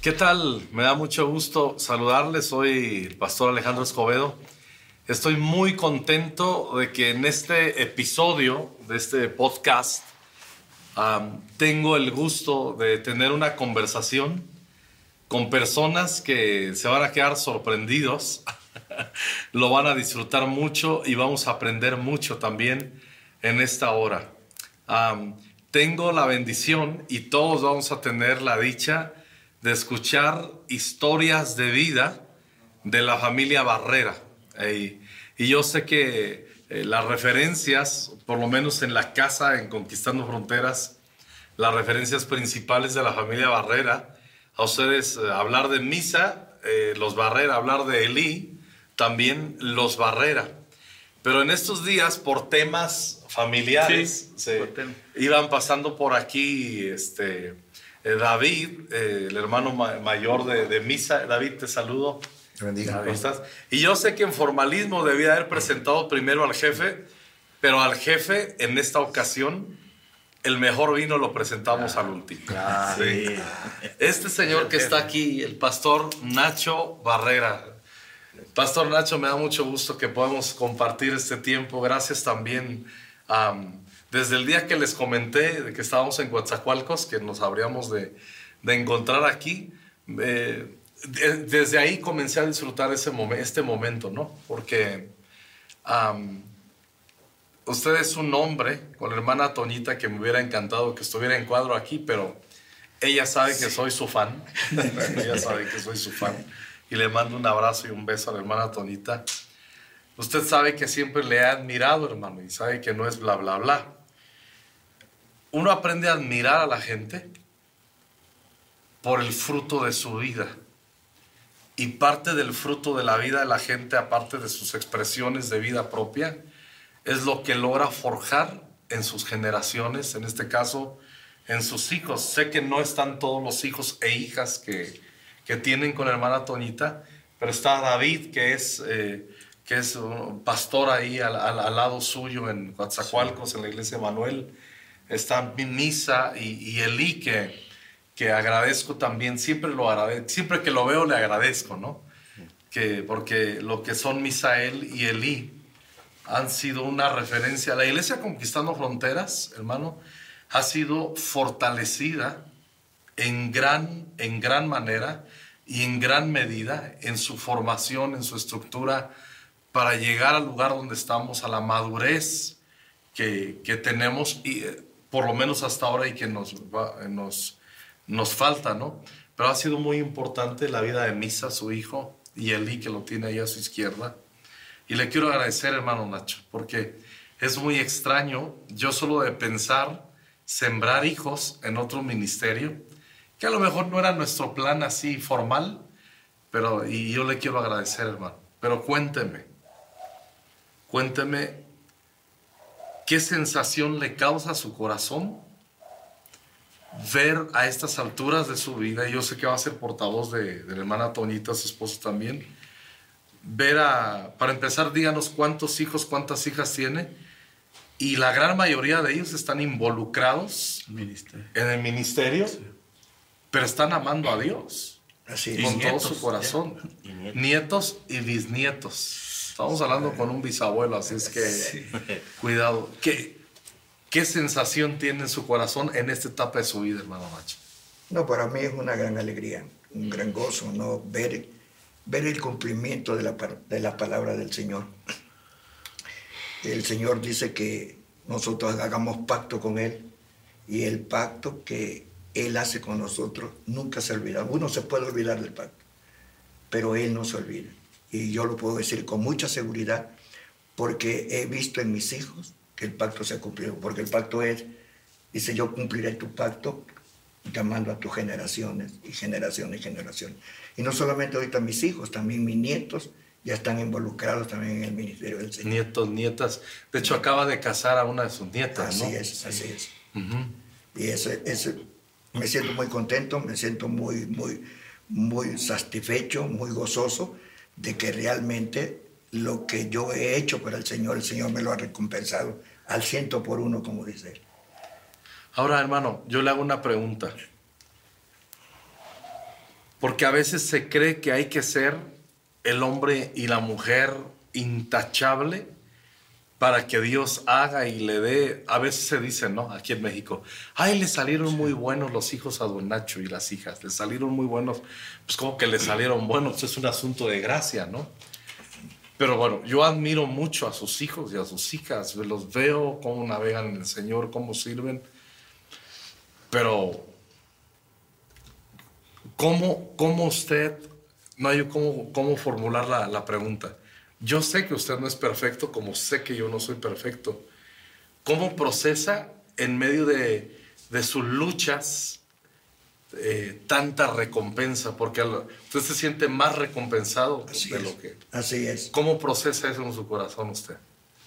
¿Qué tal? Me da mucho gusto saludarles. Soy el pastor Alejandro Escobedo. Estoy muy contento de que en este episodio de este podcast tengo el gusto de tener una conversación con personas que se van a quedar sorprendidos, lo van a disfrutar mucho y vamos a aprender mucho también en esta hora. Tengo la bendición y todos vamos a tener la dicha de escuchar historias de vida de la familia Barrera. Y yo sé que las referencias, por lo menos en la casa, en Conquistando Fronteras, las referencias principales de la familia Barrera, a ustedes hablar de Misa, los Barrera, hablar de Elí, también los Barrera. Pero en estos días, por temas familiares, iban pasando por aquí David, el hermano mayor de Misa. David, te saludo. Te bendiga. ¿Cómo estás? Y yo sé que en formalismo debía haber presentado primero al jefe, pero al jefe en esta ocasión el mejor vino lo presentamos al último. Sí. Este señor que está aquí, el pastor Nacho Barrera. Pastor Nacho, me da mucho gusto que podamos compartir este tiempo. Gracias también. Desde el día que les comenté de que estábamos en Coatzacoalcos, que nos habríamos de encontrar aquí, desde ahí comencé a disfrutar este momento, ¿no? Porque usted es un hombre con la hermana Toñita que me hubiera encantado que estuviera en cuadro aquí, pero ella sabe que soy su fan. Ella sabe que soy su fan. Y le mando un abrazo y un beso a la hermana Toñita. Usted sabe que siempre le he admirado, hermano, y sabe que no es bla, bla, bla. Uno aprende a admirar a la gente por el fruto de su vida. Y parte del fruto de la vida de la gente, aparte de sus expresiones de vida propia, es lo que logra forjar en sus generaciones, en este caso, en sus hijos. Sé que no están todos los hijos e hijas que tienen con la hermana Toñita, pero está David, que es un pastor ahí al lado suyo en Coatzacoalcos, en la iglesia de Manuel. Está Misa y Elí, que agradezco también, siempre que lo veo le agradezco, ¿no? Porque lo que son Misael y Elí han sido una referencia. La iglesia Conquistando Fronteras, hermano, ha sido fortalecida en gran manera y en gran medida en su formación, en su estructura, para llegar al lugar donde estamos, a la madurez que tenemos, y por lo menos hasta ahora, y que nos falta, ¿no? Pero ha sido muy importante la vida de Misa, su hijo, y Elí, que lo tiene ahí a su izquierda. Y le quiero agradecer, hermano Nacho, porque es muy extraño, yo solo de pensar sembrar hijos en otro ministerio, que a lo mejor no era nuestro plan así formal, y yo le quiero agradecer, hermano. Pero cuénteme, ¿qué sensación le causa a su corazón ver a estas alturas de su vida? Y yo sé que va a ser portavoz de la hermana Toñita, su esposo también. Para empezar, díganos cuántos hijos, cuántas hijas tiene. Y la gran mayoría de ellos están involucrados en el ministerio, sí, pero están amando a Dios. Así es. Con todo su corazón. Nietos y bisnietos. Estamos hablando con un bisabuelo, así es que sí, cuidado. ¿Qué sensación tiene en su corazón en esta etapa de su vida, hermano Nacho? No, para mí es una gran alegría, un gran gozo, ¿no? Ver el cumplimiento de la palabra del Señor. El Señor dice que nosotros hagamos pacto con Él, y el pacto que Él hace con nosotros nunca se olvida. Uno se puede olvidar del pacto, pero Él no se olvida. Y yo lo puedo decir con mucha seguridad, porque he visto en mis hijos que el pacto se ha cumplido. Porque el pacto dice, yo cumpliré tu pacto llamando a tus generaciones y generaciones y generaciones. Y no solamente ahorita mis hijos, también mis nietos ya están involucrados también en el ministerio del Señor. Nietos, nietas. De hecho, acaba de casar a una de sus nietas, así ¿no? Es, así es. Uh-huh. Y me siento muy contento, me siento muy, muy, muy satisfecho, muy gozoso de que realmente lo que yo he hecho para el Señor me lo ha recompensado al 100%, como dice Él. Ahora, hermano, yo le hago una pregunta. Porque a veces se cree que hay que ser el hombre y la mujer intachable para que Dios haga y le dé. A veces se dice, ¿no? Aquí en México, ay, le salieron muy buenos los hijos a don Nacho y las hijas, le salieron muy buenos. Pues como que le salieron buenos, es un asunto de gracia, ¿no? Pero bueno, yo admiro mucho a sus hijos y a sus hijas, los veo cómo navegan en el Señor, cómo sirven, pero ¿cómo usted, no hay cómo formular la pregunta? Yo sé que usted no es perfecto, como sé que yo no soy perfecto. ¿Cómo procesa en medio de sus luchas tanta recompensa? Porque usted se siente más recompensado de lo que... Así es. ¿Cómo procesa eso en su corazón usted?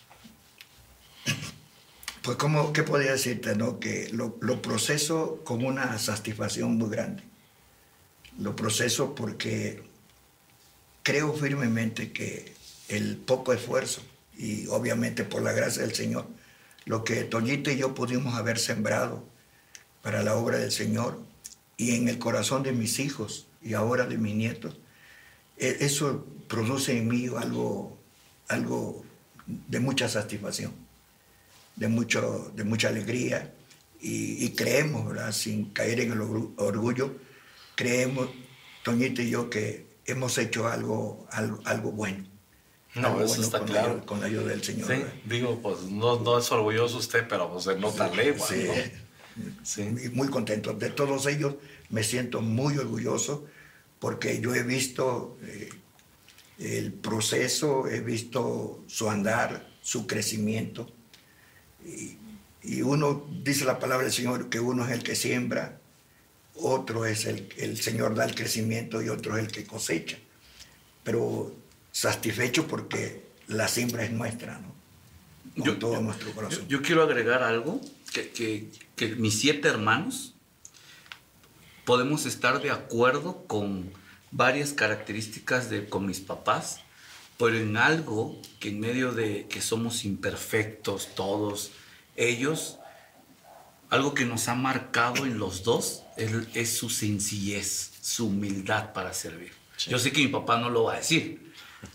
Pues, ¿qué podría decirte, no? Que lo proceso con una satisfacción muy grande. Lo proceso porque creo firmemente que el poco esfuerzo, y obviamente por la gracia del Señor, lo que Toñito y yo pudimos haber sembrado para la obra del Señor y en el corazón de mis hijos y ahora de mis nietos, eso produce en mí algo de mucha satisfacción, de mucha alegría, y creemos, ¿verdad? Sin caer en el orgullo, creemos, Toñito y yo, que hemos hecho algo bueno. No, eso bueno, está claro. Con la ayuda del Señor. Sí, digo, pues no es orgulloso usted, pero pues se nota legua, sí, ¿no? Sí. Muy contento. De todos ellos me siento muy orgulloso porque yo he visto el proceso, he visto su andar, su crecimiento. Y uno, dice la palabra del Señor, que uno es el que siembra, otro es el Señor da el crecimiento y otro es el que cosecha. Pero satisfecho porque la siembra es nuestra, ¿no? Con todo nuestro corazón. Yo quiero agregar algo, que mis 7 hermanos podemos estar de acuerdo con varias características con mis papás, pero en algo que en medio de que somos imperfectos todos, ellos, algo que nos ha marcado en los dos es su sencillez, su humildad para servir. Sí. Yo sé que mi papá no lo va a decir,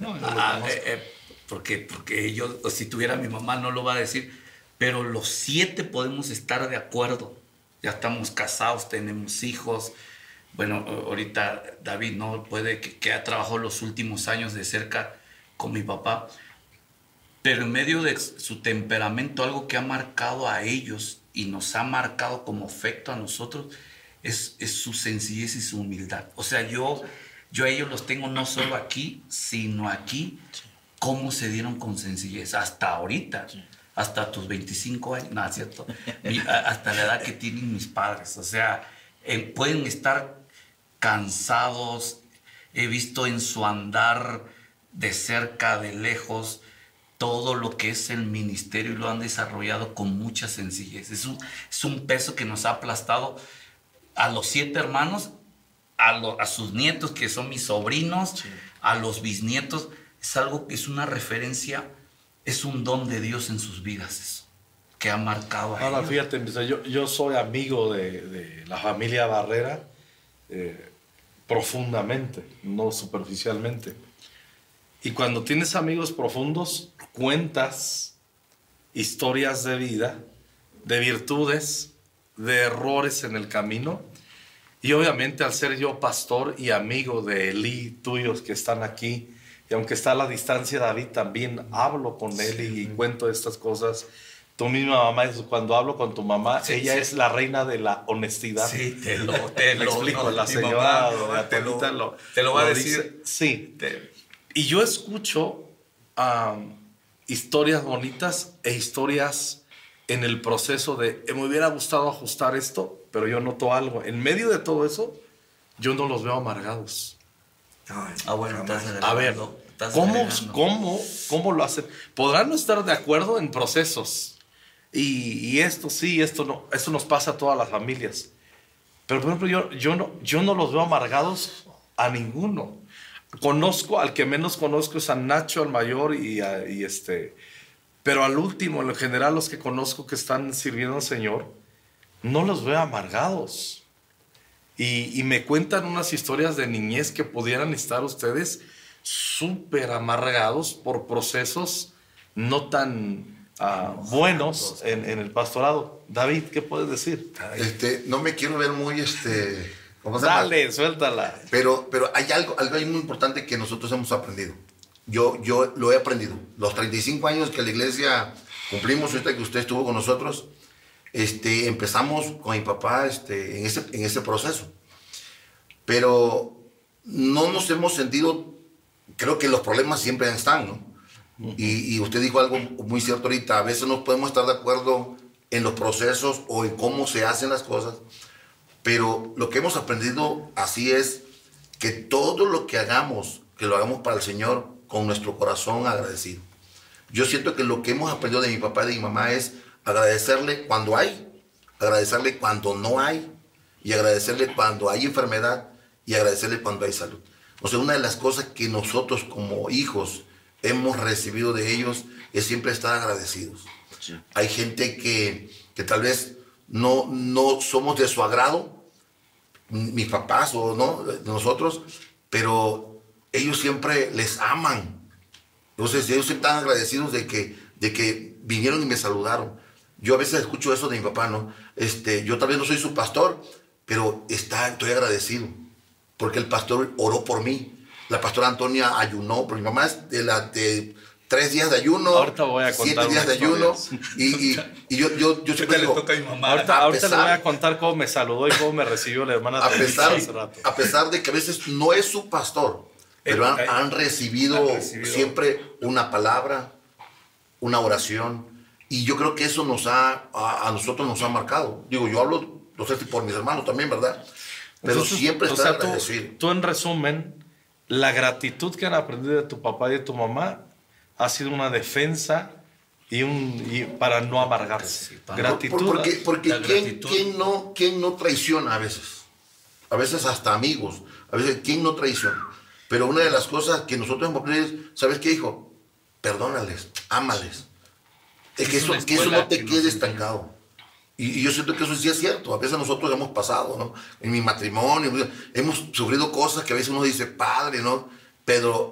porque yo, si tuviera mi mamá, no lo va a decir, pero los 7 podemos estar de acuerdo. Ya estamos casados, tenemos hijos. Bueno, ahorita David no puede que ha trabajado los últimos años de cerca con mi papá, pero en medio de su temperamento, algo que ha marcado a ellos y nos ha marcado como afecto a nosotros es su sencillez y su humildad. O sea, yo a ellos los tengo no solo aquí, sino aquí, cómo se dieron con sencillez, hasta ahorita, hasta tus 25 años, no, ¿cierto? Hasta la edad que tienen mis padres. O sea, pueden estar cansados, he visto en su andar de cerca, de lejos, todo lo que es el ministerio y lo han desarrollado con mucha sencillez. Es un peso que nos ha aplastado a los 7 hermanos, a sus nietos, que son mis sobrinos, sí, a los bisnietos. Es algo que es una referencia, es un don de Dios en sus vidas, eso, que ha marcado a ahora, ellos. fíjate, yo soy amigo de la familia Barrera profundamente, no superficialmente. Y cuando tienes amigos profundos, cuentas historias de vida, de virtudes, de errores en el camino. Y obviamente al ser yo pastor y amigo de Eli, tuyos que están aquí, y aunque está a la distancia David, también hablo con él y cuento estas cosas. Tu misma mamá, cuando hablo con tu mamá, sí, ella es la reina de la honestidad. Sí, te lo explico, no, la señora te lo va a decir. Dice, sí. Y yo escucho historias bonitas e historias en el proceso de me hubiera gustado ajustar esto, pero yo noto algo. En medio de todo eso, yo no los veo amargados. Bueno, a ver, ¿cómo lo hacen? Podrán no estar de acuerdo en procesos. Y esto sí, esto no. Eso nos pasa a todas las familias. Pero por ejemplo, yo no los veo amargados a ninguno. Conozco, al que menos conozco es a Nacho, al mayor, pero al último, en general, los que conozco que están sirviendo al Señor, no los veo amargados. y me cuentan unas historias de niñez que pudieran estar ustedes súper amargados por procesos no tan buenos en el pastorado. David, ¿qué puedes decir? No me quiero ver muy, ¿cómo se llama? Dale, suéltala. Pero hay algo muy importante que nosotros hemos aprendido. Yo lo he aprendido. Los 35 años que la iglesia cumplimos, ahorita que usted estuvo con nosotros, empezamos con mi papá en ese proceso. Pero no nos hemos sentido, creo que los problemas siempre están, ¿no? Y usted dijo algo muy cierto ahorita, a veces no podemos estar de acuerdo en los procesos o en cómo se hacen las cosas, pero lo que hemos aprendido así es que todo lo que hagamos, que lo hagamos para el Señor con nuestro corazón agradecido. Yo siento que lo que hemos aprendido de mi papá y de mi mamá es agradecerle cuando hay, agradecerle cuando no hay, y agradecerle cuando hay enfermedad, y agradecerle cuando hay salud. O sea, una de las cosas que nosotros como hijos hemos recibido de ellos es siempre estar agradecidos. Sí. Hay gente que tal vez no somos de su agrado, mis papás o no, nosotros, pero ellos siempre les aman. Entonces ellos están agradecidos de que vinieron y me saludaron. Yo a veces escucho eso de mi papá, ¿no? Yo tal vez no soy su pastor, pero estoy agradecido, porque el pastor oró por mí. La pastora Antonia ayunó, porque mi mamá es de 3 días de ayuno, ahorita voy a 7 días de ayuno, y yo siempre digo, toca a mi mamá. Ahorita le voy a contar cómo me saludó y cómo me recibió la hermana. A pesar de que a veces no es su pastor, pero han recibido siempre una palabra, una oración, y yo creo que eso a nosotros nos ha marcado. Digo, yo hablo, no sé si por mis hermanos también, ¿verdad? Pero entonces, siempre está agradecido. Tú en resumen, la gratitud que han aprendido de tu papá y de tu mamá ha sido una defensa y para no amargarse. Gratitud. Porque ¿quién no traiciona a veces? A veces hasta amigos. A veces, ¿quién no traiciona? Pero una de las cosas que nosotros hemos aprendido es, ¿sabes qué, hijo? Perdónales, ámales. Que eso no te quede estancado. Y yo siento que eso sí es cierto. A veces nosotros hemos pasado, ¿no? En mi matrimonio, hemos sufrido cosas que a veces uno dice, padre, ¿no? Pero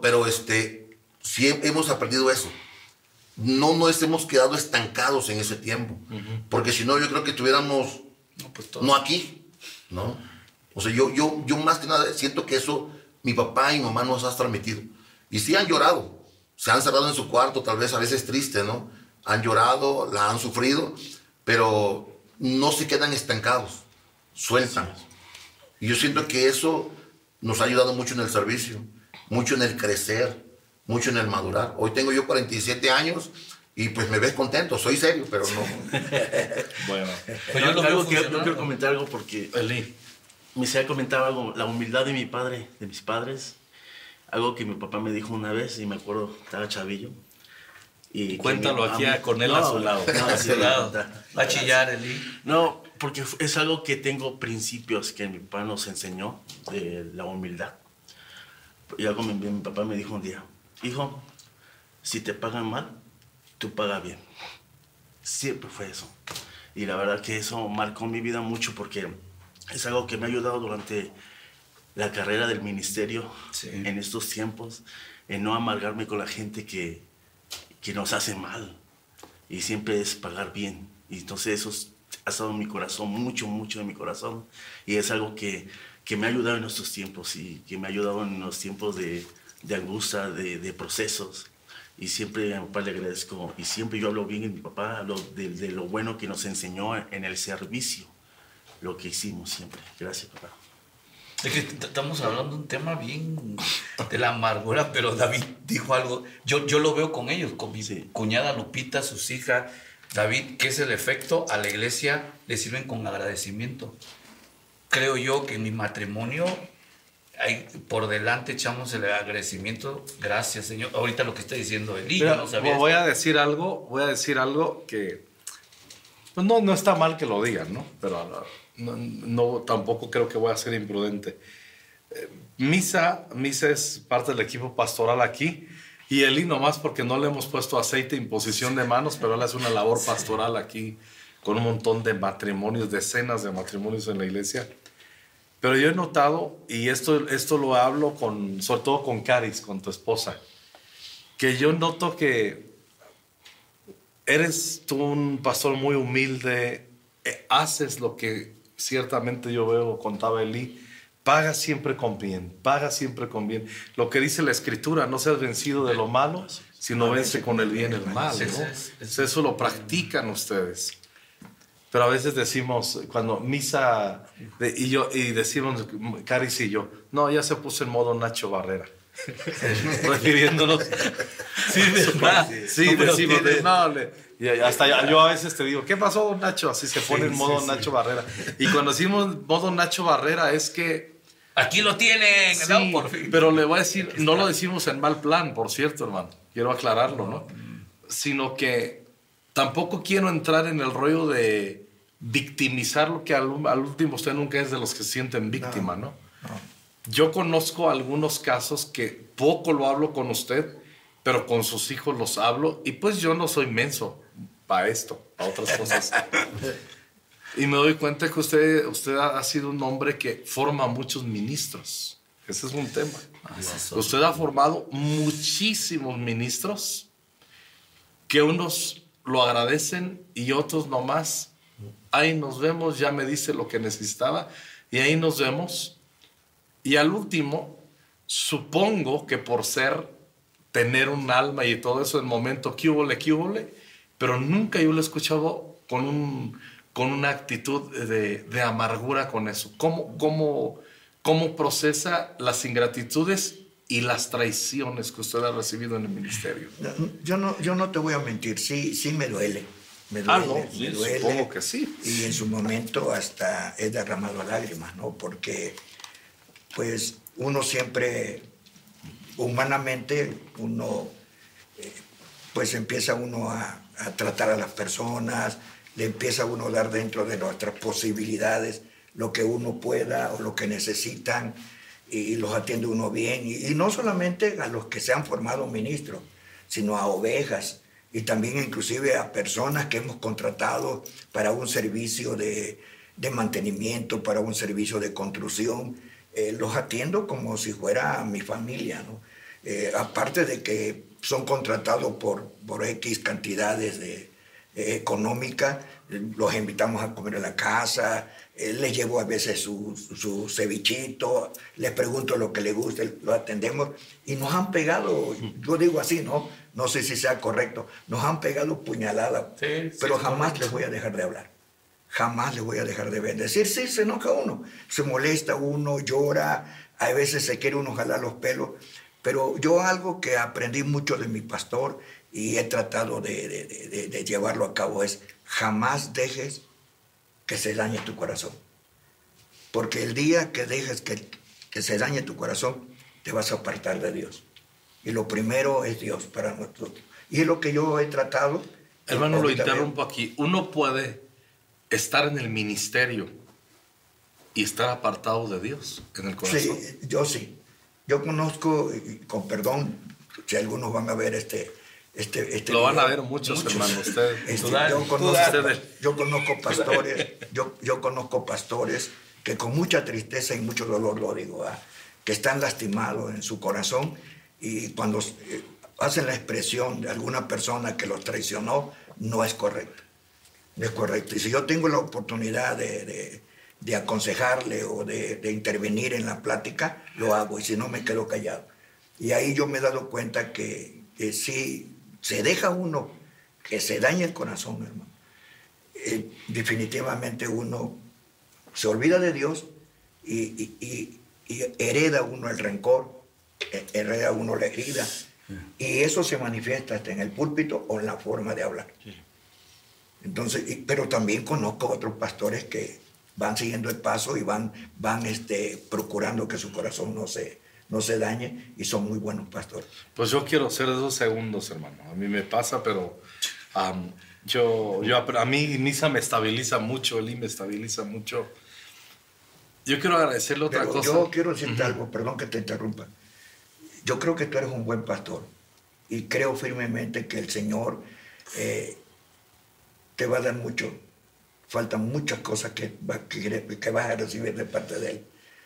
sí hemos aprendido eso. No nos hemos quedado estancados en ese tiempo. Porque si no, yo creo que estuviéramos no aquí, ¿no? O sea, yo más que nada siento que eso mi papá y mi mamá nos han transmitido. Y sí han llorado. Se han cerrado en su cuarto, tal vez a veces triste, ¿no? Han llorado, la han sufrido, pero no se quedan estancados, sueltan. Y yo siento que eso nos ha ayudado mucho en el servicio, mucho en el crecer, mucho en el madurar. Hoy tengo yo 47 años y pues me ves contento, soy serio, pero no. Bueno, pues yo quiero comentar algo porque me se ha comentado algo, la humildad de mi padre, de mis padres, algo que mi papá me dijo una vez y me acuerdo, estaba chavillo. Y cuéntalo aquí con él a su lado. A su lado. Va a chillar, Eli. No, porque es algo que tengo principios que mi papá nos enseñó de la humildad. Y algo mi papá me dijo un día, hijo, si te pagan mal, tú paga bien. Siempre fue eso. Y la verdad que eso marcó mi vida mucho porque es algo que me ha ayudado durante la carrera del ministerio en estos tiempos, en no amargarme con la gente que nos hace mal, y siempre es pagar bien. Y entonces eso ha estado en mi corazón, mucho en mi corazón, y es algo que me ha ayudado en estos tiempos, y que me ha ayudado en los tiempos de angustia, de procesos, y siempre a mi papá le agradezco, y siempre yo hablo bien de mi papá, hablo de lo bueno que nos enseñó en el servicio, lo que hicimos siempre. Gracias, papá. Es que estamos hablando de un tema bien de la amargura, pero David dijo algo. Yo lo veo con ellos, con mi cuñada Lupita, sus hijas. David, ¿qué es el efecto? A la iglesia le sirven con agradecimiento. Creo yo que en mi matrimonio por delante echamos el agradecimiento. Gracias, Señor. Ahorita lo que está diciendo Eli, yo no sabía. Voy a decir algo que pues no está mal que lo digan, ¿no? Pero no, tampoco creo que voy a ser imprudente. Misa es parte del equipo pastoral aquí, y Eli nomás porque no le hemos puesto aceite, imposición de manos, pero él hace una labor pastoral aquí con un montón de matrimonios, decenas de matrimonios en la iglesia. Pero yo he notado, y esto lo hablo sobre todo con Caris, con tu esposa, que yo noto que eres tú un pastor muy humilde, haces lo que ciertamente yo veo, contaba Eli, paga siempre con bien, paga siempre con bien. Lo que dice la Escritura, no seas vencido de lo malo, sino vence con el bien el mal, ¿no? Eso lo practican ustedes. Pero a veces decimos, cuando misa, y decimos, Caris y yo, no, ya se puso en modo Nacho Barrera. Refiriéndonos. Sí, ¿verdad? Sí, decimos, hasta yo a veces te digo, ¿qué pasó, don Nacho? Así se pone en modo Nacho Barrera. Y cuando decimos modo Nacho Barrera es que... Aquí lo tienen, sí, ¿no? Por fin. Pero le voy a decir, no lo decimos en mal plan, por cierto, hermano. Quiero aclararlo, ¿no? Sino que tampoco quiero entrar en el rollo de victimizar lo que al último usted nunca es de los que se sienten víctima, ¿no? Yo conozco algunos casos que poco lo hablo con usted, pero con sus hijos los hablo, y pues yo no soy menso para esto, para otras cosas. Y me doy cuenta que usted ha sido un hombre que forma muchos ministros. Ese es un tema. Usted ha formado muchísimos ministros que unos lo agradecen y otros nomás. Ahí nos vemos, ya me dice lo que necesitaba y ahí nos vemos. Y al último, supongo que por tener un alma y todo eso, en momento que hubo, pero nunca yo lo he escuchado con una actitud de amargura con eso. ¿Cómo procesa las ingratitudes y las traiciones que usted ha recibido en el ministerio? Yo no te voy a mentir, sí me duele. Me duele, me duele. Supongo que sí. Y en su momento hasta he derramado lágrimas, ¿no? Porque pues uno siempre, humanamente, pues empieza uno a tratar a las personas, le empieza uno a dar dentro de nuestras posibilidades lo que uno pueda o lo que necesitan y los atiende uno bien. Y no solamente a los que se han formado ministros, sino a ovejas y también inclusive a personas que hemos contratado para un servicio de mantenimiento, para un servicio de construcción. Los atiendo como si fuera mi familia, ¿no? Aparte de que son contratados por X cantidades económicas, los invitamos a comer en la casa, les llevo a veces su cevichito, les pregunto lo que les gusta, lo atendemos y nos han pegado, yo digo así, no sé si sea correcto, nos han pegado puñaladas, pero jamás les voy a dejar de hablar. Jamás les voy a dejar de bendecir. Sí, se enoja uno, se molesta uno, llora, a veces se quiere uno jalar los pelos, pero yo algo que aprendí mucho de mi pastor y he tratado de llevarlo a cabo es jamás dejes que se dañe tu corazón. Porque el día que dejes que se dañe tu corazón, te vas a apartar de Dios. Y lo primero es Dios para nosotros. Y es lo que yo he tratado. Hermano, lo interrumpo aquí. Uno puede estar en el ministerio y estar apartado de Dios en el corazón. Sí. Yo conozco, con perdón, si algunos van a ver este lo van a ver muchos hermanos. Yo conozco pastores, yo conozco pastores que con mucha tristeza y mucho dolor, lo digo, que están lastimados en su corazón y cuando hacen la expresión de alguna persona que los traicionó, no es correcto. No es correcto. Y si yo tengo la oportunidad de aconsejarle o de intervenir en la plática, lo hago. Y si no, me quedo callado. Y ahí yo me he dado cuenta que si se deja uno que se dañe el corazón, hermano, definitivamente uno se olvida de Dios y hereda uno el rencor, hereda uno la herida. Y eso se manifiesta hasta en el púlpito o en la forma de hablar. Entonces, pero también conozco otros pastores que van siguiendo el paso y van procurando que su corazón no se dañe y son muy buenos pastores. Pues yo quiero ser de esos segundos, hermano. A mí me pasa, pero a mí Nisa me estabiliza mucho, Eli me estabiliza mucho. Yo quiero agradecerle otra cosa. Yo quiero decirte algo, perdón que te interrumpa. Yo creo que tú eres un buen pastor y creo firmemente que el Señor te va a dar mucho. Faltan muchas cosas que vas a recibir de parte de Él.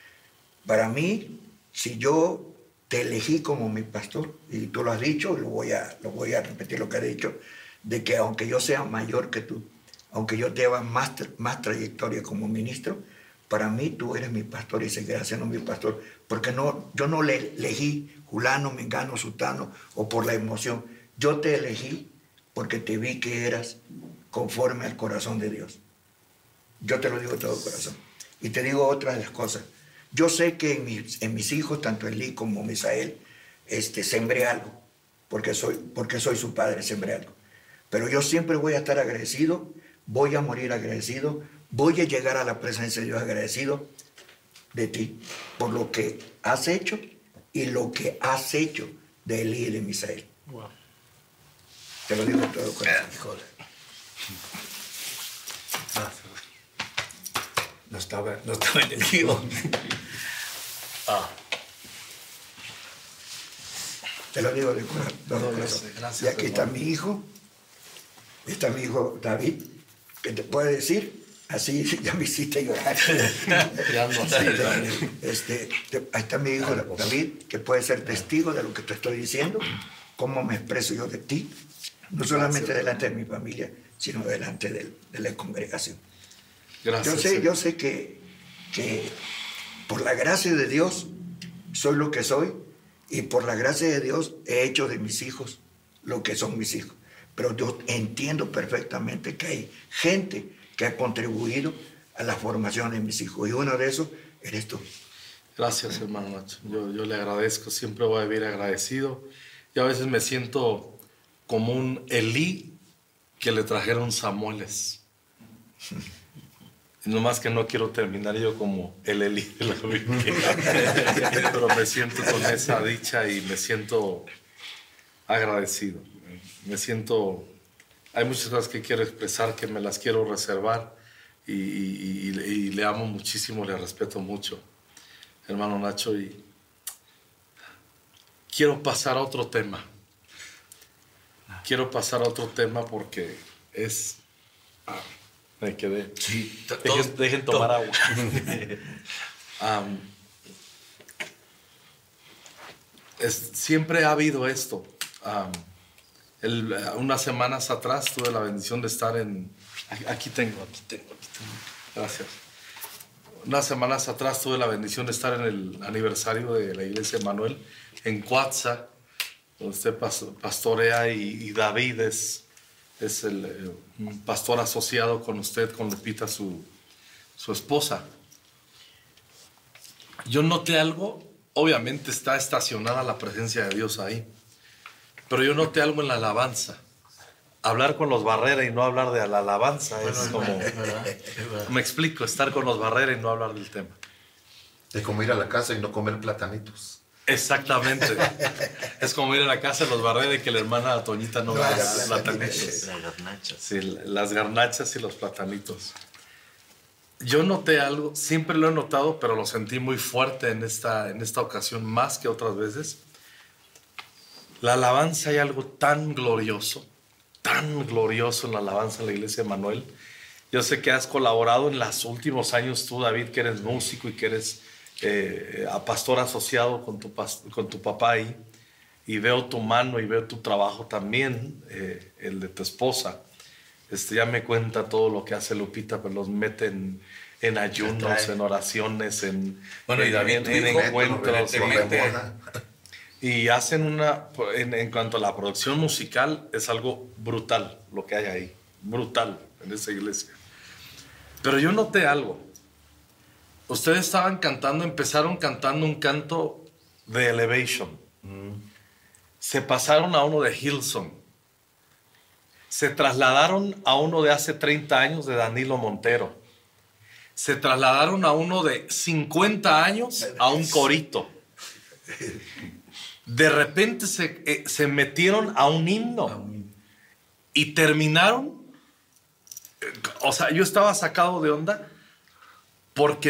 Para mí, si yo te elegí como mi pastor, y tú lo has dicho, lo voy a repetir lo que has dicho, de que aunque yo sea mayor que tú, aunque yo lleve más trayectoria como ministro, para mí tú eres mi pastor y seguirás siendo mi pastor, porque yo no le elegí fulano, mengano, sutano o por la emoción. Yo te elegí porque te vi que eras conforme al corazón de Dios. Yo te lo digo de todo corazón. Y te digo otras de las cosas. Yo sé que en mis hijos, tanto Elí como Misael, sembré algo, porque soy su padre, sembré algo. Pero yo siempre voy a estar agradecido, voy a morir agradecido, voy a llegar a la presencia de Dios agradecido de ti, por lo que has hecho y lo que has hecho de Elí y de Misael. Wow. Te lo digo de todo corazón. Híjole. No estaba en el guión. Te lo digo de todo corazón. Gracias, Y aquí está mi hijo David, que te puede decir, así ya me hiciste llorar. Ya no sé. Ahí está mi hijo David, que puede ser testigo de lo que te estoy diciendo, cómo me expreso yo de ti, no solamente delante de mi familia, sino delante de la congregación. Gracias. Yo sé que por la gracia de Dios soy lo que soy, y por la gracia de Dios he hecho de mis hijos lo que son mis hijos. Pero yo entiendo perfectamente que hay gente que ha contribuido a la formación de mis hijos, y uno de esos eres tú. Gracias, hermano Nacho. Yo le agradezco, siempre voy a vivir agradecido. Y a veces me siento como un Elí que le trajeron Samueles. Nomás que no quiero terminar yo como el Elí de la Biblia. Pero me siento con esa dicha y me siento agradecido. Me siento... Hay muchas cosas que quiero expresar, que me las quiero reservar, y le amo muchísimo, le respeto mucho, hermano Nacho, y quiero pasar a otro tema. Quiero pasar a otro tema porque es... me quedé. Sí, Dejen tomar agua. Siempre ha habido esto. Unas semanas atrás tuve la bendición de estar en... Aquí tengo. Gracias. Unas semanas atrás tuve la bendición de estar en el aniversario de la iglesia Emanuel en Cuatza, donde usted pastorea, y David es el pastor asociado con usted, con Lupita, su esposa. Yo noté algo. Obviamente está estacionada la presencia de Dios ahí, pero yo noté algo en la alabanza. Hablar con los Barrera y no hablar de la alabanza es como... Me explico, estar con los Barrera y no hablar del tema. Es como ir a la casa y no comer platanitos. Exactamente. Es como ir a la casa de los Barrera y que la hermana Toñita no vea platanitos. Las garnachas. Sí, las garnachas y los platanitos. Yo noté algo, siempre lo he notado, pero lo sentí muy fuerte en esta ocasión, más que otras veces. La alabanza, hay algo tan glorioso en la alabanza en la iglesia de Emanuel. Yo sé que has colaborado en los últimos años tú, David, que eres músico y que eres pastor asociado con tu papá ahí, y veo tu mano y veo tu trabajo también, el de tu esposa. Ya me cuenta todo lo que hace Lupita, pero los mete en ayunos, en oraciones, Bueno, y David, tu en hijo, encuentros. Y hacen en cuanto a la producción musical, es algo brutal lo que hay ahí, brutal en esa iglesia. Pero yo noté algo. Ustedes empezaron cantando un canto de Elevation. Se pasaron a uno de Hillsong. Se trasladaron a uno de hace 30 años de Danilo Montero. Se trasladaron a uno de 50 años a un corito. De repente se metieron a un himno y terminaron. O sea, yo estaba sacado de onda porque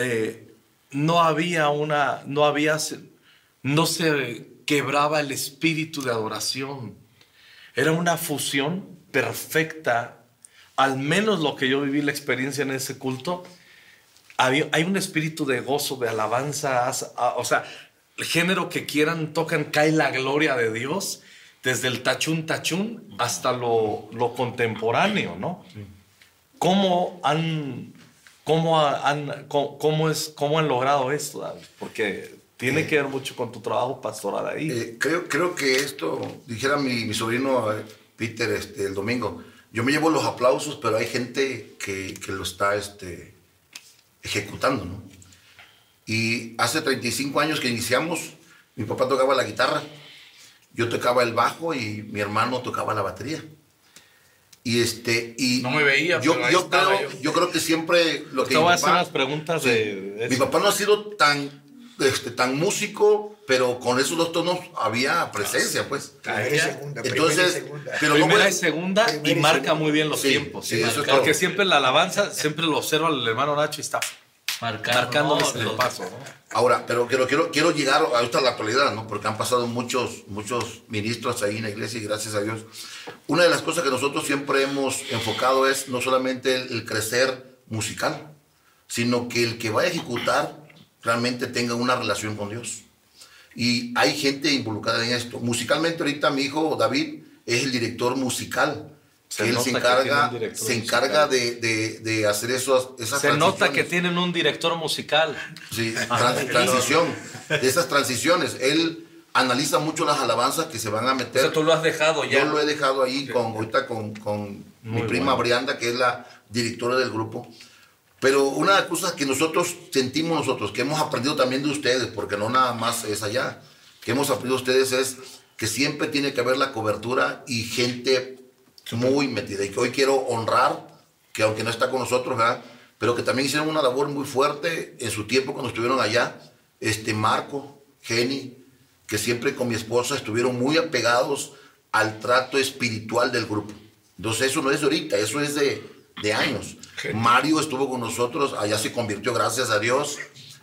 no se quebraba el espíritu de adoración. Era una fusión perfecta, al menos lo que yo viví la experiencia en ese culto. hay un espíritu de gozo, de alabanza, o sea, el género que quieran, tocan, cae la gloria de Dios, desde el tachún hasta lo contemporáneo, ¿no? ¿Cómo han logrado esto, David? Porque tiene que ver mucho con tu trabajo pastoral ahí. Creo que esto, dijera mi sobrino Peter el domingo, yo me llevo los aplausos, pero hay gente que lo está ejecutando, ¿no? Y hace 35 años que iniciamos, mi papá tocaba la guitarra, yo tocaba el bajo y mi hermano tocaba la batería. Y no me veía, yo pero yo creo que siempre lo que te voy a hacer unas preguntas de mi papá no ha sido tan músico, pero con esos dos tonos había presencia, pues. Primera y segunda, Entonces, segunda. pero primera no y segunda, y marca muy bien los tiempos. Sí, eso es porque todo. siempre la alabanza, siempre lo observa el hermano Nacho y está marcándoles el paso, ¿no? Ahora, pero quiero llegar a la actualidad, ¿no? Porque han pasado muchos ministros ahí en la iglesia y gracias a Dios. Una de las cosas que nosotros siempre hemos enfocado es no solamente el crecer musical, sino que el que va a ejecutar realmente tenga una relación con Dios. Y hay gente involucrada en esto. Musicalmente ahorita mi hijo David es el director musical. Él se encarga de hacer esas Se nota que tienen un director musical. Sí, de esas transiciones. Él analiza mucho las alabanzas que se van a meter. O sea, tú lo has dejado ya. Yo lo he dejado ahí ahorita con mi prima Brianda, que es la directora del grupo. Pero una de las cosas que nosotros sentimos que hemos aprendido también de ustedes, porque no nada más es allá, que hemos aprendido de ustedes es que siempre tiene que haber la cobertura y gente muy metida. Y que hoy quiero honrar, que aunque no está con nosotros, ¿verdad? Pero que también hicieron una labor muy fuerte en su tiempo cuando estuvieron allá. Marco, Jenny, que siempre con mi esposa estuvieron muy apegados al trato espiritual del grupo. Entonces eso no es de ahorita, eso es de años. Mario estuvo con nosotros, allá se convirtió, gracias a Dios.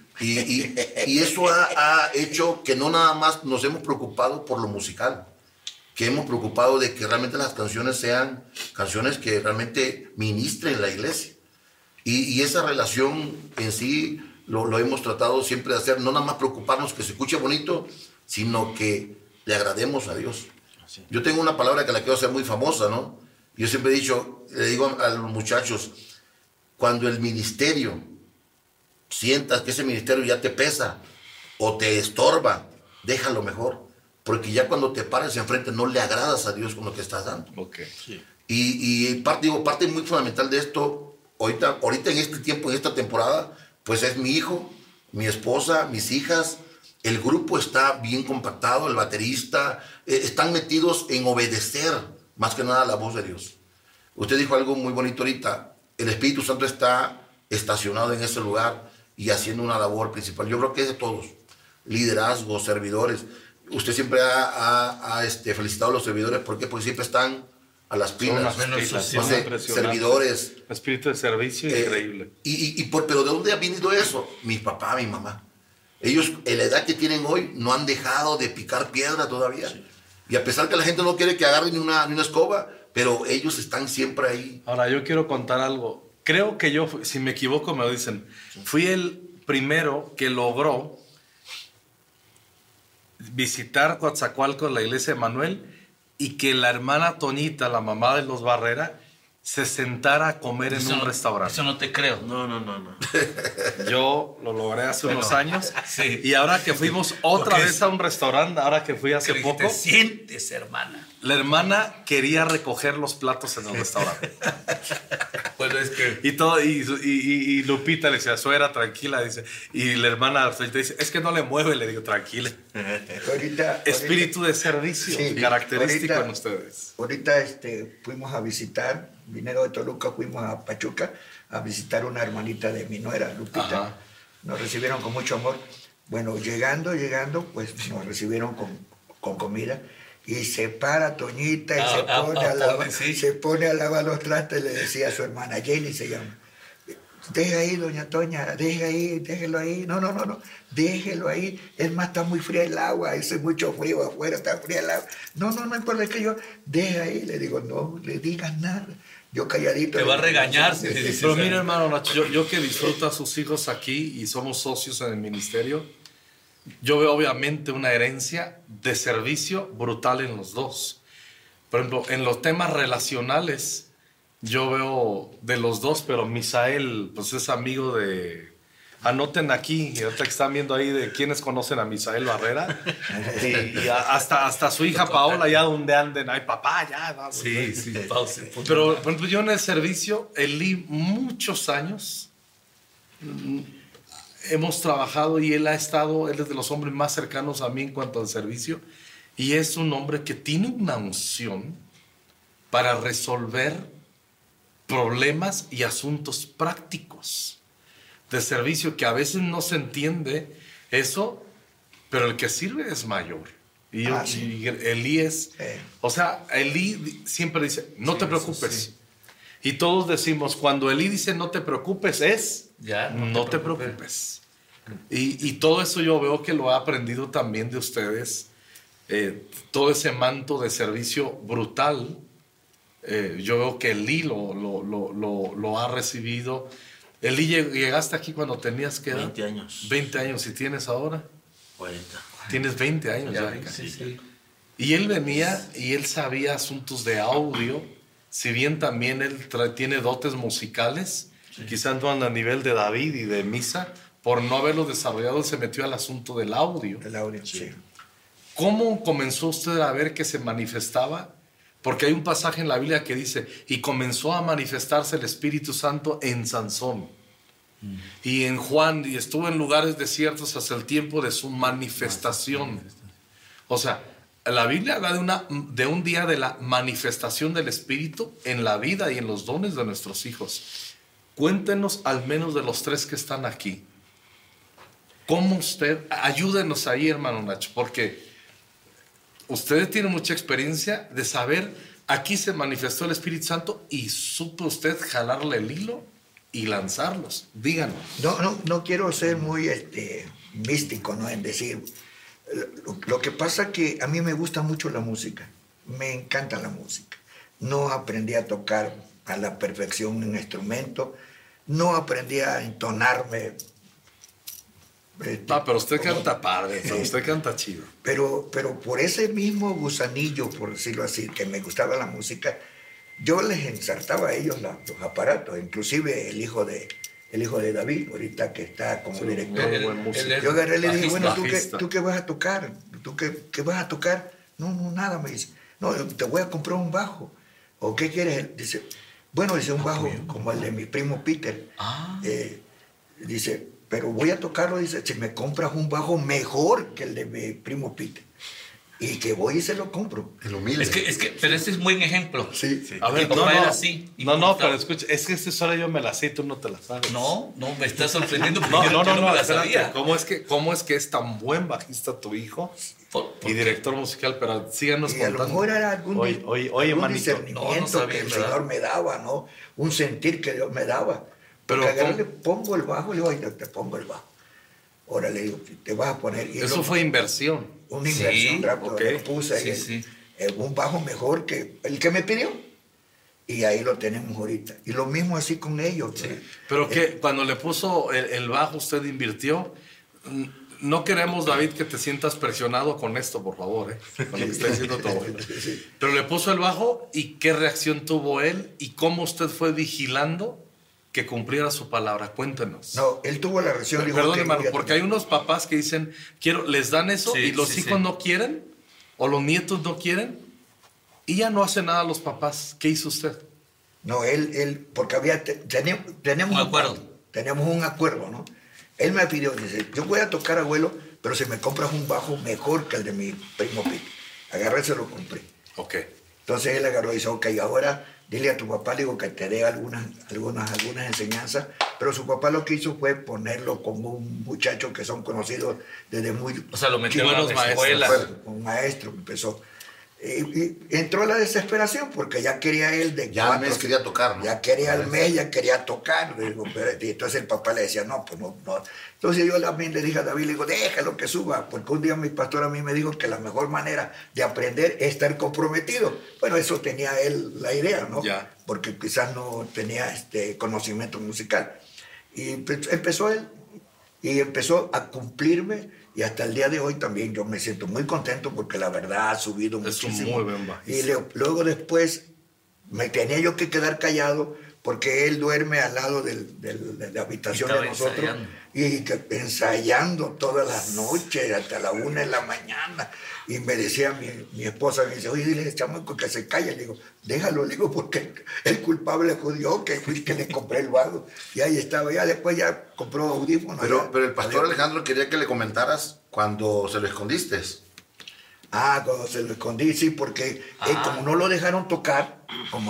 Y eso ha hecho que no nada más nos hemos preocupado por lo musical, que hemos preocupado de que realmente las canciones sean canciones que realmente ministren la iglesia. Y esa relación en sí lo hemos tratado siempre de hacer, no nada más preocuparnos que se escuche bonito, sino que le agrademos a Dios. Sí. Yo tengo una palabra que la quiero hacer muy famosa, ¿no? Yo siempre he dicho, le digo a los muchachos, cuando el ministerio, sientas que ese ministerio ya te pesa o te estorba, déjalo mejor. Porque ya cuando te pares enfrente no le agradas a Dios con lo que estás dando. Okay. Sí. Y parte muy fundamental de esto, ahorita en este tiempo, en esta temporada, pues es mi hijo, mi esposa, mis hijas. El grupo está bien compactado, el baterista, están metidos en obedecer más que nada la voz de Dios. Usted dijo algo muy bonito ahorita, el Espíritu Santo está estacionado en ese lugar y haciendo una labor principal. Yo creo que es de todos, liderazgos, servidores. Usted siempre ha felicitado a los servidores, ¿por qué? Porque siempre están a las pilas. Servidores. Espíritu de servicio increíble. Pero ¿de dónde ha venido eso? Mi papá, mi mamá. Ellos, en la edad que tienen hoy, no han dejado de picar piedra todavía. Sí. Y a pesar que la gente no quiere que agarren ni una escoba, pero ellos están siempre ahí. Ahora, yo quiero contar algo. Creo que yo, si me equivoco, me lo dicen. Fui el primero que logró visitar Coatzacoalcos, la iglesia de Manuel, y que la hermana Toñita, la mamá de los Barrera, se sentara a comer en un restaurante. Eso no te creo. No. Yo lo logré hace unos años. Sí. Y ahora que fuimos otra vez a un restaurante, ahora que fui hace poco. Te sientes, hermana. La hermana quería recoger los platos en el restaurante. Bueno, es que... Y Lupita le decía, suegra, tranquila, dice. Y la hermana dice, es que no le mueve, le digo, tranquila. Espíritu de servicio, sí, característico en ustedes. Ahorita fuimos a visitar, vinieron de Toluca, fuimos a Pachuca a visitar una hermanita de mi nuera, Lupita. Ajá. Nos recibieron con mucho amor. Bueno, llegando, pues nos recibieron con comida. Y se para Toñita y se pone a lavar los trastes, le decía a su hermana, Jenny se llama. Deja ahí, doña Toña, déjelo ahí. No, déjelo ahí. Es más, está muy fría el agua, hace mucho frío afuera, está fría el agua. No importa, es que yo, deja ahí. Le digo, no le digas nada. Yo calladito. Te va a regañar si le dices. Pero mira, hermano Nacho, yo que disfruto a sus hijos aquí y somos socios en el ministerio, yo veo obviamente una herencia de servicio brutal en los dos. Por ejemplo, en los temas relacionales, yo veo de los dos, pero Misael, pues es amigo de... Anoten aquí, ahorita que están viendo ahí de quienes conocen a Misael Barrera. Y hasta su hija Paola, ya donde anden, ay papá, ya. Vamos, Sí, sí, pause. Pero, por ejemplo, yo en el servicio, Eli, muchos años, hemos trabajado y él es de los hombres más cercanos a mí en cuanto al servicio. Y es un hombre que tiene una unción para resolver problemas y asuntos prácticos de servicio, que a veces no se entiende eso, pero el que sirve es mayor. Y Elí es... O sea, Elí siempre dice, no te preocupes. Sí. Y todos decimos, cuando Elí dice no te preocupes, ya, no te preocupes. Y todo eso yo veo que lo he aprendido también de ustedes. Todo ese manto de servicio brutal, yo veo que Elí lo ha recibido. Elí, llegaste aquí cuando tenías, ¿qué edad? 20 años. 20 años. ¿Y tienes ahora? 40. Tienes 20 años ya. Sí. Y él venía y él sabía asuntos de audio, si bien también él tiene dotes musicales, quizás no a nivel de David y de Misa, por no haberlo desarrollado, él se metió al asunto del audio. El audio, sí. ¿Cómo comenzó usted a ver que se manifestaba? Porque hay un pasaje en la Biblia que dice, y comenzó a manifestarse el Espíritu Santo en Sansón. Y en Juan, y estuvo en lugares desiertos hasta el tiempo de su manifestación. O sea, la Biblia habla de un día de la manifestación del Espíritu en la vida y en los dones de nuestros hijos. Cuéntenos al menos de los 3 que están aquí. ¿Cómo usted? Ayúdenos ahí, hermano Nacho, porque ustedes tienen mucha experiencia de saber, aquí se manifestó el Espíritu Santo y supo usted jalarle el hilo y lanzarlos. Díganos. No quiero ser muy místico, ¿no? En decir. Lo que pasa que a mí me gusta mucho la música. Me encanta la música. No aprendí a tocar a la perfección un instrumento. No aprendí a entonarme. Pero usted canta padre, usted canta chido. Pero por ese mismo gusanillo, por decirlo así, que me gustaba la música, yo les ensartaba a ellos los aparatos, inclusive el hijo de David, ahorita que está como director. Yo agarré y le dije, bueno, ¿tú qué vas a tocar? ¿Tú qué vas a tocar? No, nada, me dice. No, te voy a comprar un bajo. ¿O qué quieres? Dice, bueno, dice un bajo como el de mi primo Peter. Dice, pero voy a tocarlo, dice, si me compras un bajo mejor que el de mi primo Peter. Y que voy y se lo compro. El humilde. Pero ese es buen ejemplo. Sí. A ver, pero escucha, es que esta historia yo me la sé y tú no te la sabes. No, me estás sorprendiendo porque yo no me la sabía. ¿Cómo es que es tan buen bajista tu hijo y director musical? Pero síganos contando. A lo mejor era algún discernimiento que el Señor me daba, ¿no? Un sentir que Dios me daba. Pero le pongo el bajo, le digo, ay, no te pongo el bajo. Ahora le digo, te vas a poner... Eso fue inversión. Una inversión rápido. Okay. Puse ahí un bajo mejor que el que me pidió. Y ahí lo tenemos ahorita. Y lo mismo así con ellos. Sí. Pero que cuando le puso el bajo, usted invirtió. No queremos, David, que te sientas presionado con esto, por favor, con lo que está diciendo todo. Pero le puso el bajo y qué reacción tuvo él y cómo usted fue vigilando que cumpliera su palabra. Cuéntenos. No, él tuvo la reacción. Perdón, hermano, porque hay unos papás que dicen, les dan eso y los hijos no quieren o los nietos no quieren y ya no hace nada los papás. ¿Qué hizo usted? No, él porque tenemos un acuerdo. Tenemos un acuerdo, ¿no? Él me pidió, dice, yo voy a tocar, abuelo, pero si me compras un bajo mejor que el de mi primo Pete. Agarré, se lo compré. Ok. Entonces él agarró y dice, ok, ahora dile a tu papá, le digo que te dé algunas enseñanzas, pero su papá lo que hizo fue ponerlo como un muchacho que son conocidos desde muy... O sea, lo metió en la escuela. Un maestro empezó. Y entró la desesperación porque ya quería él de Ya al mes quería tocar, ¿no? Ya quería al mes, ya quería tocar. Le digo, y entonces el papá le decía, no, pues no. Entonces yo también le dije a David, le digo, déjalo que suba, porque un día mi pastor a mí me dijo que la mejor manera de aprender es estar comprometido. Bueno, eso tenía él la idea, ¿no? Ya. Porque quizás no tenía conocimiento musical. Y empezó él, y empezó a cumplirme. Y hasta el día de hoy también yo me siento muy contento porque la verdad ha subido muchísimo. Es un muy buen bajista. Y luego después me tenía yo que quedar callado porque él duerme al lado de la habitación de nosotros. Y ensayando todas las noches hasta la 1 de la mañana. Y me decía mi esposa, me dice, oye, dile chamaco que se calle. Le digo, déjalo, le digo, porque el culpable fue yo, que fui que le compré el bajo. Y ahí estaba, ya después ya compró audífonos. Pero el pastor Alejandro quería que le comentaras cuando se lo escondiste. Cuando se lo escondí, sí, porque como no lo dejaron tocar,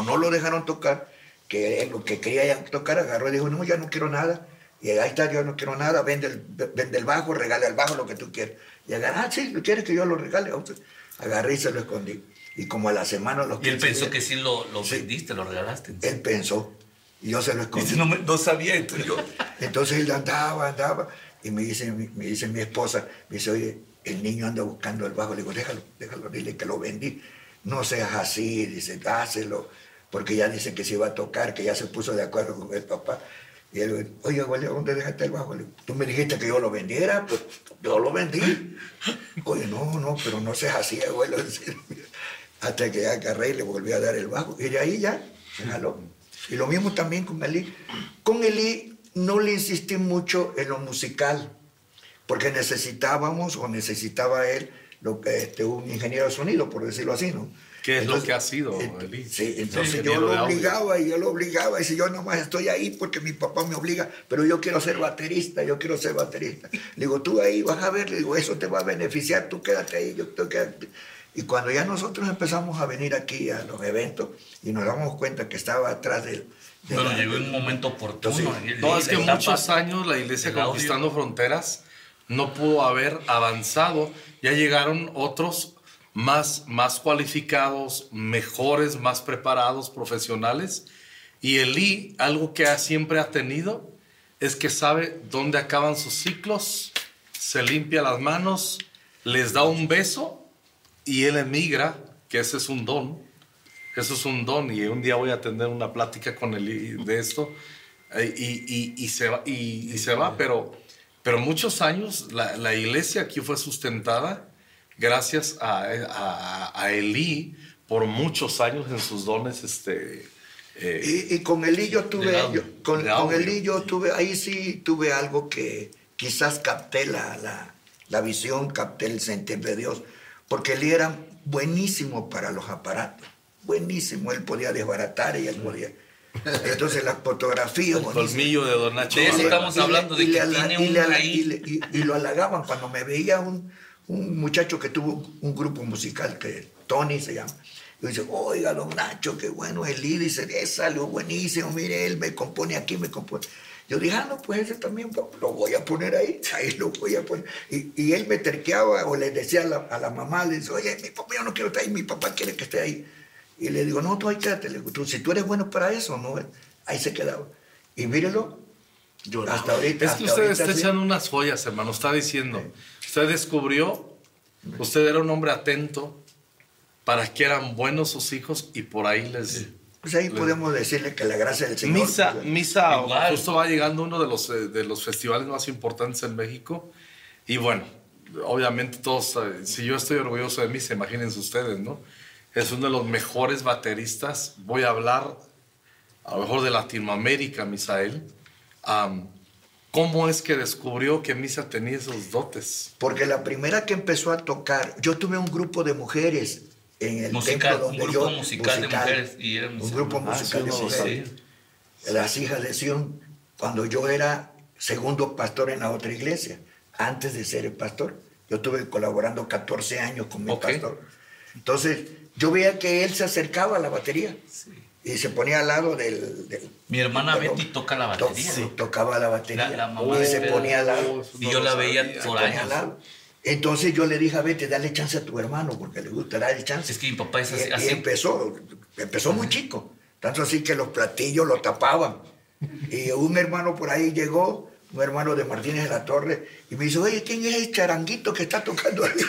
que él lo que quería ya tocar, agarró y dijo, no, ya no quiero nada. Y ahí está, yo no quiero nada, vende el bajo, regala el bajo, lo que tú quieras. Y agarré, sí, ¿quieres que yo lo regale? Agarré y se lo escondí. Y como a la semana... Y él pensó que sí lo vendiste, lo regalaste. Él pensó, y yo se lo escondí. No sabía, Entonces él andaba, y me dice mi esposa, me dice, oye, el niño anda buscando el bajo. Le digo, déjalo, dile que lo vendí. No seas así, dice, dáselo, porque ya dice que se iba a tocar, que ya se puso de acuerdo con el papá. Y él, oye, abuelo, ¿dónde dejaste el bajo? Le digo, tú me dijiste que yo lo vendiera, pues yo lo vendí. Oye, no, pero no seas así, abuelo. Hasta que ya agarré y le volví a dar el bajo. Y de ahí ya se jaló. Y lo mismo también con Elí. Con Elí no le insistí mucho en lo musical, porque necesitaba él un ingeniero de sonido, por decirlo así, ¿no? ¿Qué es lo que ha sido, Elí? Sí, entonces yo lo obligaba, y si yo nomás estoy ahí porque mi papá me obliga, pero yo quiero ser baterista. Le digo, tú ahí vas a ver, le digo, eso te va a beneficiar, tú quédate ahí, quédate. Y cuando ya nosotros empezamos a venir aquí a los eventos y nos damos cuenta que estaba atrás Pero llegó en un momento oportuno. No, es que muchos años la Iglesia Conquistando Fronteras no pudo haber avanzado. Ya llegaron otros más cualificados, mejores, más preparados, profesionales. Y Elí, algo que siempre ha tenido, es que sabe dónde acaban sus ciclos, se limpia las manos, les da un beso y él emigra, que ese es un don. Eso es un don, y un día voy a tener una plática con Elí de esto, y se va, pero muchos años la iglesia aquí fue sustentada gracias a Elí por muchos años en sus dones. Y con Elí yo tuve, ahí sí tuve algo que quizás capté la visión, capté el sentir de Dios, porque Elí era buenísimo para los aparatos. Buenísimo, él podía desbaratar y él podía. Entonces las fotografías. El colmillo de Don Nacho. De eso estamos hablando, de que tiene un ahí. Y lo halagaban cuando me veía un muchacho que tuvo un grupo musical, que Tony se llama. Y dice, oiga, Don Nacho, qué bueno Elí, dice, salió buenísimo, mire, él me compone aquí, me compone. Yo dije, no, pues ese también lo voy a poner ahí lo voy a poner. Y él me terqueaba o le decía a la mamá, le dice, oye, mi papá, yo no quiero estar ahí, mi papá quiere que esté ahí. Y le digo, no, tú ahí quédate. Le digo, si tú eres bueno para eso, ¿no? Ahí se quedaba. Y mírelo, hasta ahorita. Es que usted está echando unas joyas, hermano. Está diciendo, usted descubrió, usted era un hombre atento para que eran buenos sus hijos y por ahí pues ahí podemos decirle que la gracia del Señor. Misa justo va llegando uno de los festivales más importantes en México. Y bueno, obviamente todos, si yo estoy orgulloso de Misa, imagínense ustedes, ¿no? Es uno de los mejores bateristas. Voy a hablar a lo mejor de Latinoamérica, Misael. ¿Cómo es que descubrió que Misa tenía esos dotes? Porque la primera que empezó a tocar, yo tuve un grupo de mujeres en el templo donde un grupo musical de mujeres. Un grupo musical de mujeres. Las hijas de Sion, cuando yo era segundo pastor en la otra iglesia, antes de ser el pastor. Yo estuve colaborando 14 años con mi pastor. Entonces, yo veía que él se acercaba a la batería. Sí. Y se ponía al lado del mi hermana Betty toca la batería. Sí, tocaba la batería. La mamá y se ponía al lado. Y yo la veía por años. Entonces yo le dije, vete, dale chance a tu hermano, porque le gusta darle chance. Es que mi papá es así. Y empezó muy chico, tanto así que los platillos lo tapaban. Y un hermano por ahí llegó, un hermano de Martínez de la Torre, y me dice, oye, ¿quién es el charanguito que está tocando ahí?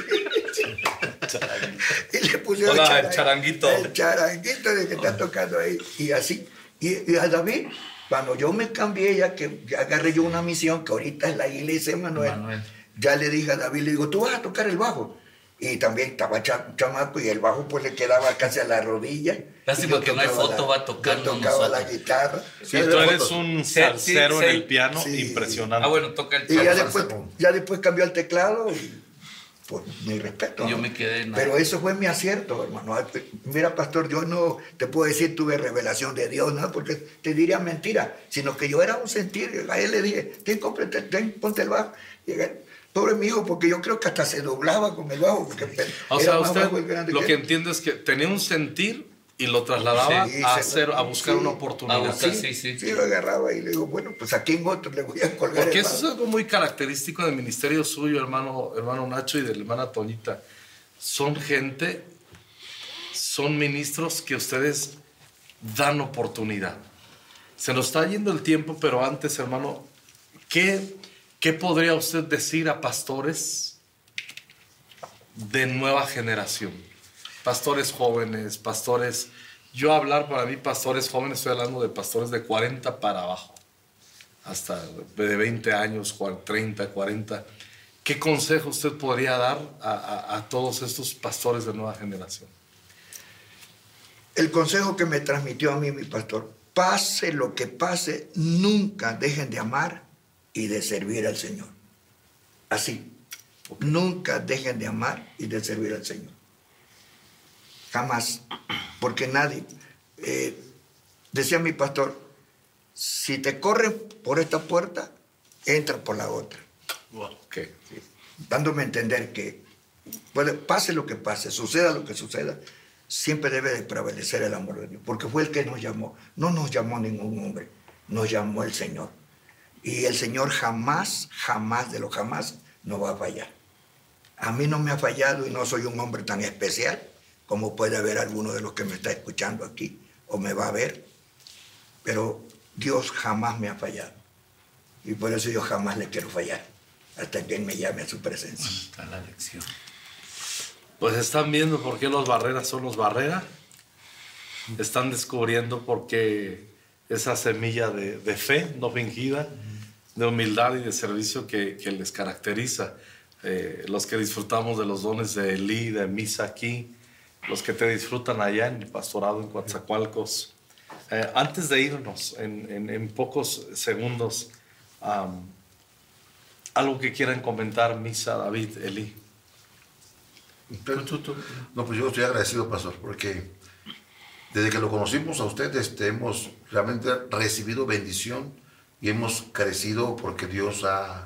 Y le pusieron hola, el charanguito. El charanguito de que está tocando ahí. Y así. Y a David, cuando yo me cambié, ya agarré yo una misión, que ahorita es la iglesia Manuel. Ya le dije a David, le digo, tú vas a tocar el bajo. Y también estaba chamaco y el bajo pues le quedaba casi a la rodilla. Lástima que no hay foto, va tocando. Yo tocaba la guitarra. Sí, tú eres un salsero en el piano, impresionante. Ah, bueno, toca el Y piano. ya después cambió al teclado y pues mi respeto. Yo ¿no? me quedé en Pero eso fue mi acierto, hermano. Mira, pastor, yo no te puedo decir tuve revelación de Dios, ¿no? Porque te diría mentira, sino que yo era un sentir. A él le dije, ponte el bajo. Y pobre mi hijo, porque yo creo que hasta se doblaba con el bajo. Porque o sea, usted lo que entiende es que tenía un sentir y lo trasladaba a buscar una oportunidad. A buscar, sí, lo agarraba y le digo, bueno, pues aquí en otro le voy a colgar. Porque eso es algo muy característico del ministerio suyo, hermano Nacho, y de la hermana Toñita. Son ministros que ustedes dan oportunidad. Se nos está yendo el tiempo, pero antes, hermano, ¿qué podría usted decir a pastores de nueva generación? Pastores jóvenes, pastores... Yo hablar para mí, pastores jóvenes, estoy hablando de pastores de 40 para abajo, hasta de 20 años, 30, 40. ¿Qué consejo usted podría dar a todos estos pastores de nueva generación? El consejo que me transmitió a mí mi pastor, pase lo que pase, nunca dejen de amar y de servir al Señor. Así, nunca dejen de amar y de servir al Señor. Jamás, porque nadie, decía mi pastor, si te corren por esta puerta, entra por la otra. Wow. Okay. Sí, dándome a entender que pase lo que pase, suceda lo que suceda, siempre debe de prevalecer el amor de Dios, porque fue el que nos llamó. No nos llamó ningún hombre, nos llamó el Señor. Y el Señor jamás de lo jamás nos va a fallar. A mí no me ha fallado y no soy un hombre tan especial como puede haber alguno de los que me está escuchando aquí o me va a ver, pero Dios jamás me ha fallado. Y por eso yo jamás le quiero fallar, hasta que Él me llame a su presencia. Está la lección. Pues están viendo por qué los Barrera son los Barrera. Están descubriendo por qué esa semilla de fe no fingida, de humildad y de servicio que les caracteriza. Los que disfrutamos de los dones de Elí, de Misa aquí, los que te disfrutan allá en el pastorado en Coatzacoalcos. Antes de irnos, en pocos segundos, algo que quieran comentar, Misa, David, Elí. No, pues yo estoy agradecido, pastor, porque desde que lo conocimos a usted, hemos realmente recibido bendición y hemos crecido porque Dios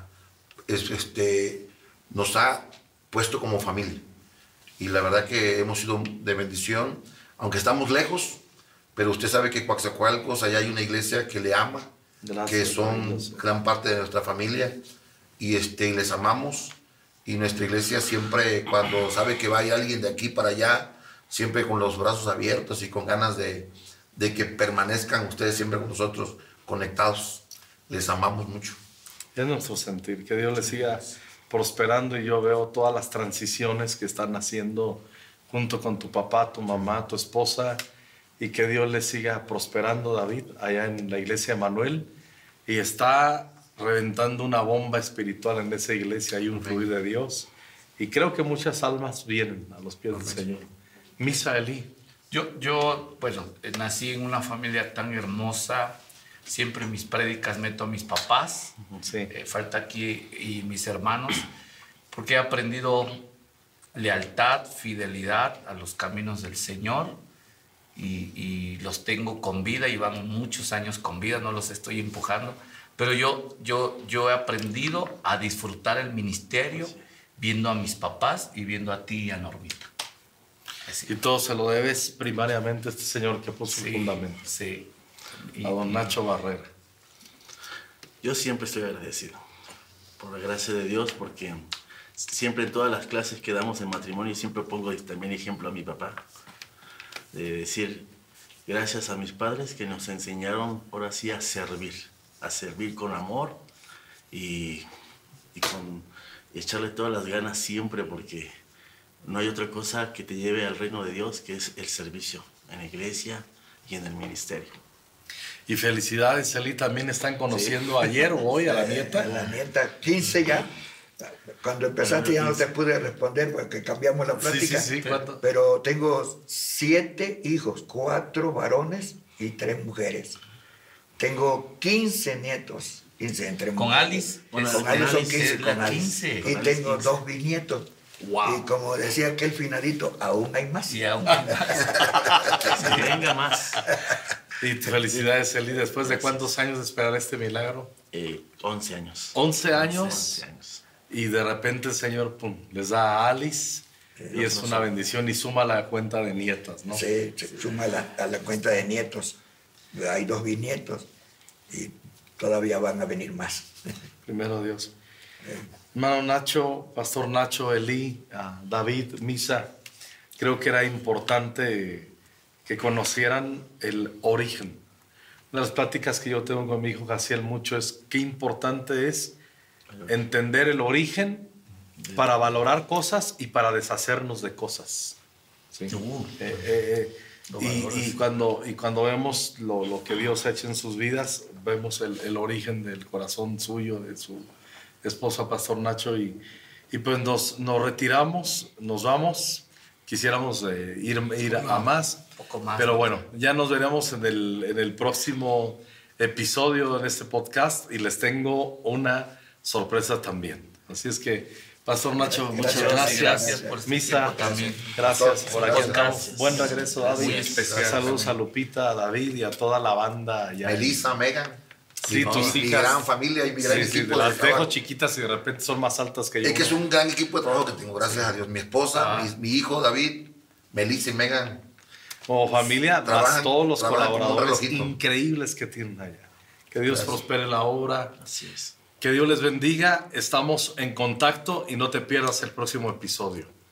nos ha puesto como familia. Y la verdad que hemos sido de bendición, aunque estamos lejos, pero usted sabe que en Coatzacoalcos allá hay una iglesia que le ama, que son gran parte de nuestra familia, y les amamos. Y nuestra iglesia siempre, cuando sabe que vaya alguien de aquí para allá, siempre con los brazos abiertos y con ganas de que permanezcan ustedes siempre con nosotros conectados. Les amamos mucho. Es nuestro sentir, que Dios les siga prosperando, y yo veo todas las transiciones que están haciendo junto con tu papá, tu mamá, tu esposa, y que Dios les siga prosperando, David, allá en la iglesia de Manuel, y está reventando una bomba espiritual en esa iglesia, hay un fluir de Dios, y creo que muchas almas vienen a los pies del Señor. Misa, Elí. Yo, bueno, nací en una familia tan hermosa. Siempre en mis prédicas meto a mis papás, Sí. falta aquí, y mis hermanos, porque he aprendido lealtad, fidelidad a los caminos del Señor, y los tengo con vida, y van muchos años con vida, no los estoy empujando, pero yo he aprendido a disfrutar el ministerio viendo a mis papás y viendo a ti y a Normita. Así. Y todo se lo debes primariamente a este Señor que puso el fundamento. Sí. A don Nacho Barrera. Yo siempre estoy agradecido por la gracia de Dios, porque siempre en todas las clases que damos en matrimonio, siempre pongo también ejemplo a mi papá. De decir, gracias a mis padres que nos enseñaron ahora sí a servir con amor y con echarle todas las ganas siempre, porque no hay otra cosa que te lleve al reino de Dios que es el servicio en la iglesia y en el ministerio. Y felicidades, Eli, también están conociendo ayer o hoy a la nieta. A la nieta, 15 ya. Cuando empezaste ya no te pude responder porque cambiamos la plática. Sí, ¿cuánto? Pero tengo 7 hijos, 4 varones y 3 mujeres. Tengo 15 nietos. 15 entre ¿Con mujeres. Alice? Con Con Alice son Alice 15. es la Con Alice. 15. Y Con Alice tengo 15. 2 bisnietos. Wow. Y como decía aquel finadito, aún hay más. Y aún hay más. Que venga más. Y felicidades, Eli. ¿Después de cuántos años de esperar este milagro? 11 años. 11 años. 11 años. Y de repente el Señor, pum, les da a Alice. Y es una bendición y suma la cuenta de nietas, ¿no? Se suma a la cuenta de nietos. Hay 2 bisnietos y todavía van a venir más. Primero Dios. Hermano Nacho, Pastor Nacho, Eli, David, Misa, creo que era importante que conocieran el origen. Una de las pláticas que yo tengo con mi hijo Jaciel mucho es qué importante es entender el origen para valorar cosas y para deshacernos de cosas. ¿Sí? Y cuando vemos lo que Dios ha hecho en sus vidas, vemos el origen del corazón suyo, de su esposa Pastor Nacho, y pues nos retiramos, nos vamos. Quisiéramos ir a más, poco más, pero bueno, ya nos veremos en el próximo episodio de este podcast y les tengo una sorpresa también. Así es que, Pastor Nacho, muchas gracias. Gracias por este Misa, tiempo también. gracias por aquí estamos. Gracias. Buen regreso, David. Muy especial Saludos también. a Lupita, a David y a toda la banda. allá. Melissa, Megan. Sí, tus Mi hijas. gran familia y mi gran Sí, sí, equipo. las de trabajo. dejo chiquitas y de repente son más altas que yo. Es que es un gran equipo de trabajo que tengo, gracias a Dios. Mi esposa, mi hijo David, Melissa y Megan. Como familia, más Trabajan- todos los trabajan como un colaboradores relojito. increíbles que tienen allá. Que Dios prospere la obra. Así es. Que Dios les bendiga. Estamos en contacto y no te pierdas el próximo episodio.